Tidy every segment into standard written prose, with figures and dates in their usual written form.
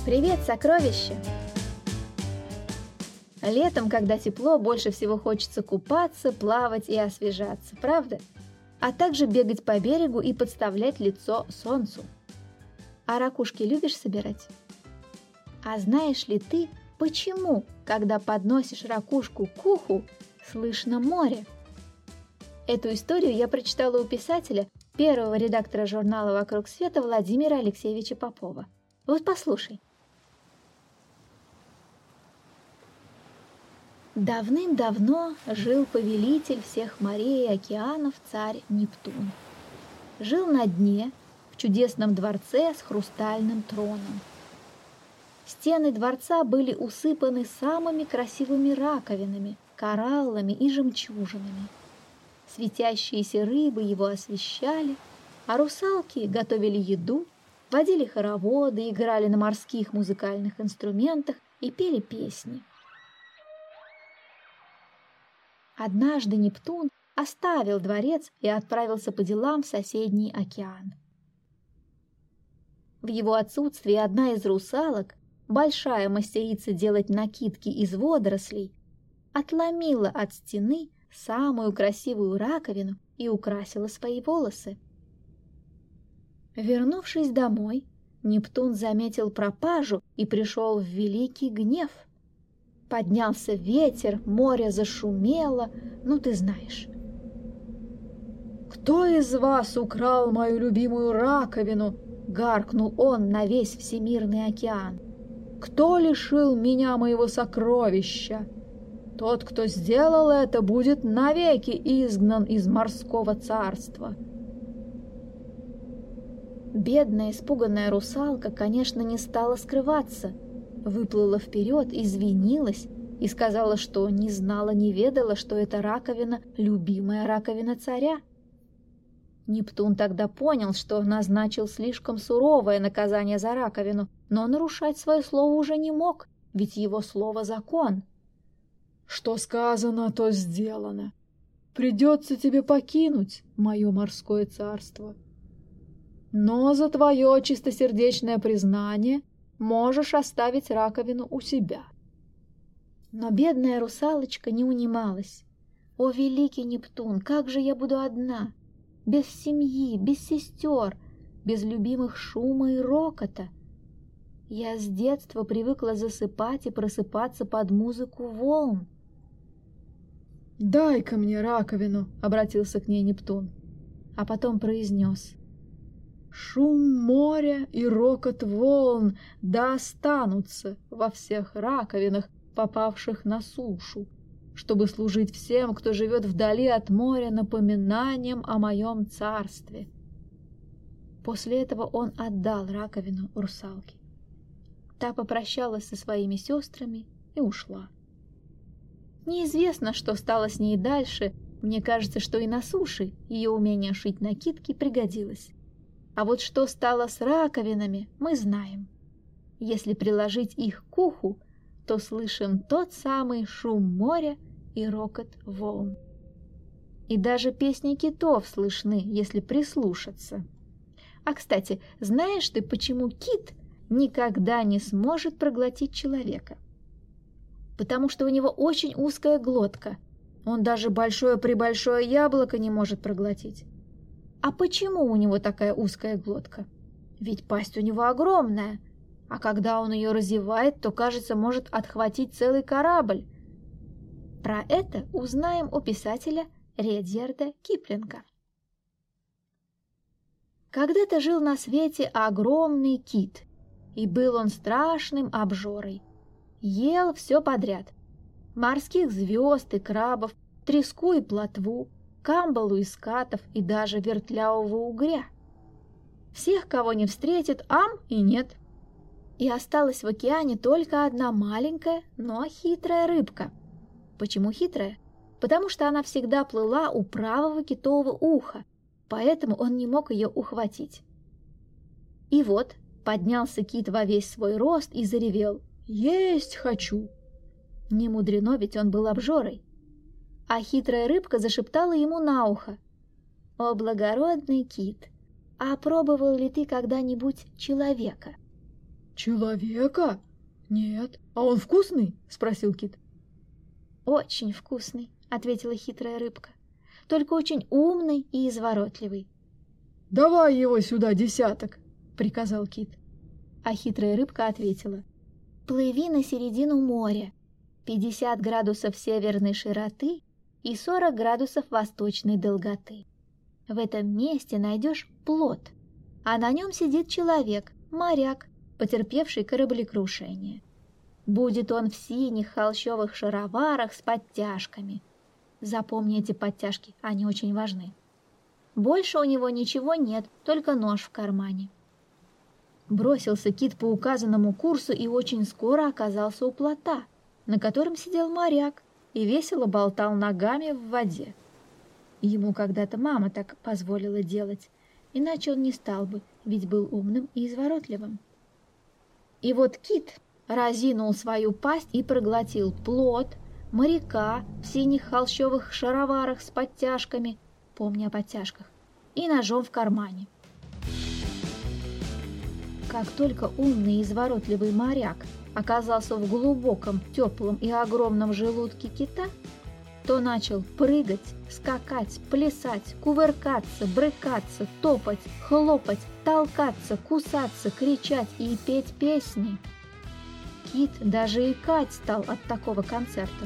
Привет, сокровище! Летом, когда тепло, больше всего хочется купаться, плавать и освежаться, правда? А также бегать по берегу и подставлять лицо солнцу. А ракушки любишь собирать? А знаешь ли ты, почему, когда подносишь ракушку к уху, слышно море? Эту историю я прочитала у писателя, первого редактора журнала «Вокруг света» Владимира Алексеевича Попова. Вот послушай. Давным-давно жил повелитель всех морей и океанов царь Нептун. Жил на дне, в чудесном дворце с хрустальным троном. Стены дворца были усыпаны самыми красивыми раковинами, кораллами и жемчужинами. Светящиеся рыбы его освещали, а русалки готовили еду, водили хороводы, играли на морских музыкальных инструментах и пели песни. Однажды Нептун оставил дворец и отправился по делам в соседний океан. В его отсутствие одна из русалок, большая мастерица делать накидки из водорослей, отломила от стены самую красивую раковину и украсила свои волосы. Вернувшись домой, Нептун заметил пропажу и пришел в великий гнев. Поднялся ветер, море зашумело, ну ты знаешь. «Кто из вас украл мою любимую раковину?» — гаркнул он на весь всемирный океан. «Кто лишил меня моего сокровища? Тот, кто сделал это, будет навеки изгнан из морского царства». Бедная испуганная русалка, конечно, не стала скрываться. Выплыла вперед, извинилась и сказала, что не знала, не ведала, что эта раковина – любимая раковина царя. Нептун тогда понял, что назначил слишком суровое наказание за раковину, но нарушать свое слово уже не мог, ведь его слово – закон. «Что сказано, то сделано. Придется тебе покинуть мое морское царство. Но за твое чистосердечное признание можешь оставить раковину у себя». Но бедная русалочка не унималась. «О, великий Нептун, как же я буду одна, без семьи, без сестер, без любимых шума и рокота? Я с детства привыкла засыпать и просыпаться под музыку волн». «Дай-ка мне раковину», — обратился к ней Нептун, а потом произнес: «Шум моря и рокот волн да останутся во всех раковинах, попавших на сушу, чтобы служить всем, кто живет вдали от моря, напоминанием о моем царстве». После этого он отдал раковину русалке. Та попрощалась со своими сестрами и ушла. Неизвестно, что стало с ней дальше. Мне кажется, что и на суше ее умение шить накидки пригодилось. А вот что стало с раковинами, мы знаем. Если приложить их к уху, то слышим тот самый шум моря и рокот волн. И даже песни китов слышны, если прислушаться. А, кстати, знаешь ты, почему кит никогда не сможет проглотить человека? Потому что у него очень узкая глотка. Он даже большое-пребольшое яблоко не может проглотить. А почему у него такая узкая глотка? Ведь пасть у него огромная, а когда он ее разевает, то, кажется, может отхватить целый корабль. Про это узнаем у писателя Редьярда Киплинга. Когда-то жил на свете огромный кит, и был он страшным обжорой. Ел все подряд: морских звезд и крабов, треску и плотву, камбалу и скатов и даже вертлявого угря. Всех, кого не встретит, ам и нет. И осталась в океане только одна маленькая, но хитрая рыбка. Почему хитрая? Потому что она всегда плыла у правого китового уха, поэтому он не мог ее ухватить. И вот поднялся кит во весь свой рост и заревел: «Есть хочу!» Не мудрено, ведь он был обжорой. А хитрая рыбка зашептала ему на ухо: «О, благородный кит, а пробовал ли ты когда-нибудь человека?» Человека? Нет. А он вкусный? Спросил кит. Очень вкусный, ответила хитрая рыбка. Только очень умный и изворотливый. Давай его сюда 10, приказал кит. А хитрая рыбка ответила: плыви на середину моря, 50 градусов северной широты и 40 градусов восточной долготы. В этом месте найдешь плот, а на нем сидит человек, моряк, потерпевший кораблекрушение. Будет он в синих холщовых шароварах с подтяжками. Запомни эти подтяжки, они очень важны. Больше у него ничего нет, только нож в кармане. Бросился кит по указанному курсу и очень скоро оказался у плота, на котором сидел моряк и весело болтал ногами в воде. Ему когда-то мама так позволила делать, иначе он не стал бы, ведь был умным и изворотливым. И вот кит разинул свою пасть и проглотил плот, моряка в синих холщовых шароварах с подтяжками, помни о подтяжках, и ножом в кармане. Как только умный и изворотливый моряк оказался в глубоком, теплом и огромном желудке кита, то начал прыгать, скакать, плясать, кувыркаться, брыкаться, топать, хлопать, толкаться, кусаться, кричать и петь песни. Кит даже икать стал от такого концерта.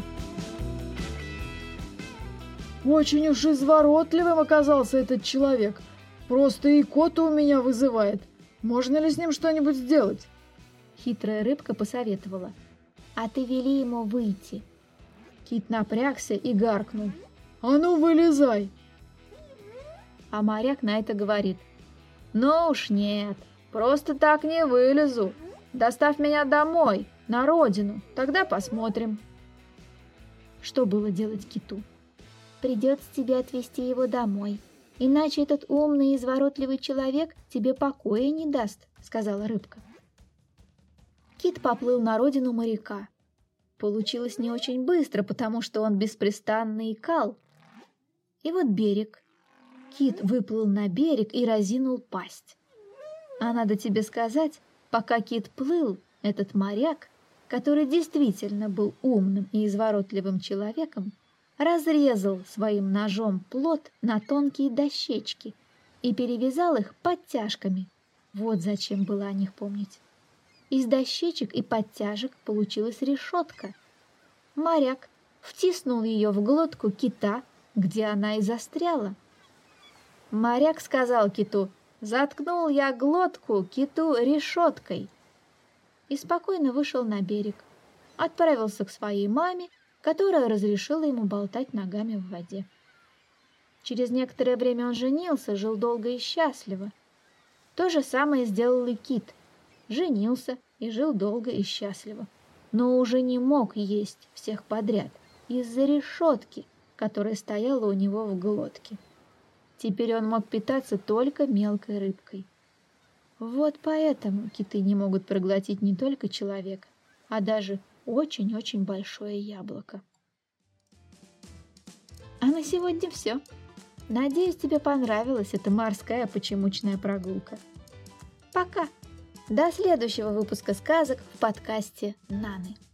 Очень уж изворотливым оказался этот человек. Просто икота у меня вызывает. Можно ли с ним что-нибудь сделать? Хитрая рыбка посоветовала: а ты вели ему выйти. Кит напрягся и гаркнул: а ну вылезай! А моряк на это говорит: ну уж нет, просто так не вылезу. Доставь меня домой, на родину, тогда посмотрим. Что было делать киту? Придется тебе отвезти его домой, иначе этот умный и изворотливый человек тебе покоя не даст, сказала рыбка. Кит поплыл на родину моряка. Получилось не очень быстро, потому что он беспрестанно икал. И вот берег. Кит выплыл на берег и разинул пасть. А надо тебе сказать, пока кит плыл, этот моряк, который действительно был умным и изворотливым человеком, разрезал своим ножом плот на тонкие дощечки и перевязал их подтяжками. Вот зачем было о них помнить. Из дощечек и подтяжек получилась решетка. Моряк втиснул ее в глотку кита, где она и застряла. Моряк сказал киту: заткнул я глотку киту решеткой. И спокойно вышел на берег, отправился к своей маме, которая разрешила ему болтать ногами в воде. Через некоторое время он женился, жил долго и счастливо. То же самое сделал и кит. Женился и жил долго и счастливо, но уже не мог есть всех подряд из-за решетки, которая стояла у него в глотке. Теперь он мог питаться только мелкой рыбкой. Вот поэтому киты не могут проглотить не только человека, а даже очень-очень большое яблоко. А на сегодня все. Надеюсь, тебе понравилась эта морская почемучная прогулка. Пока! До следующего выпуска сказок в подкасте «Наны».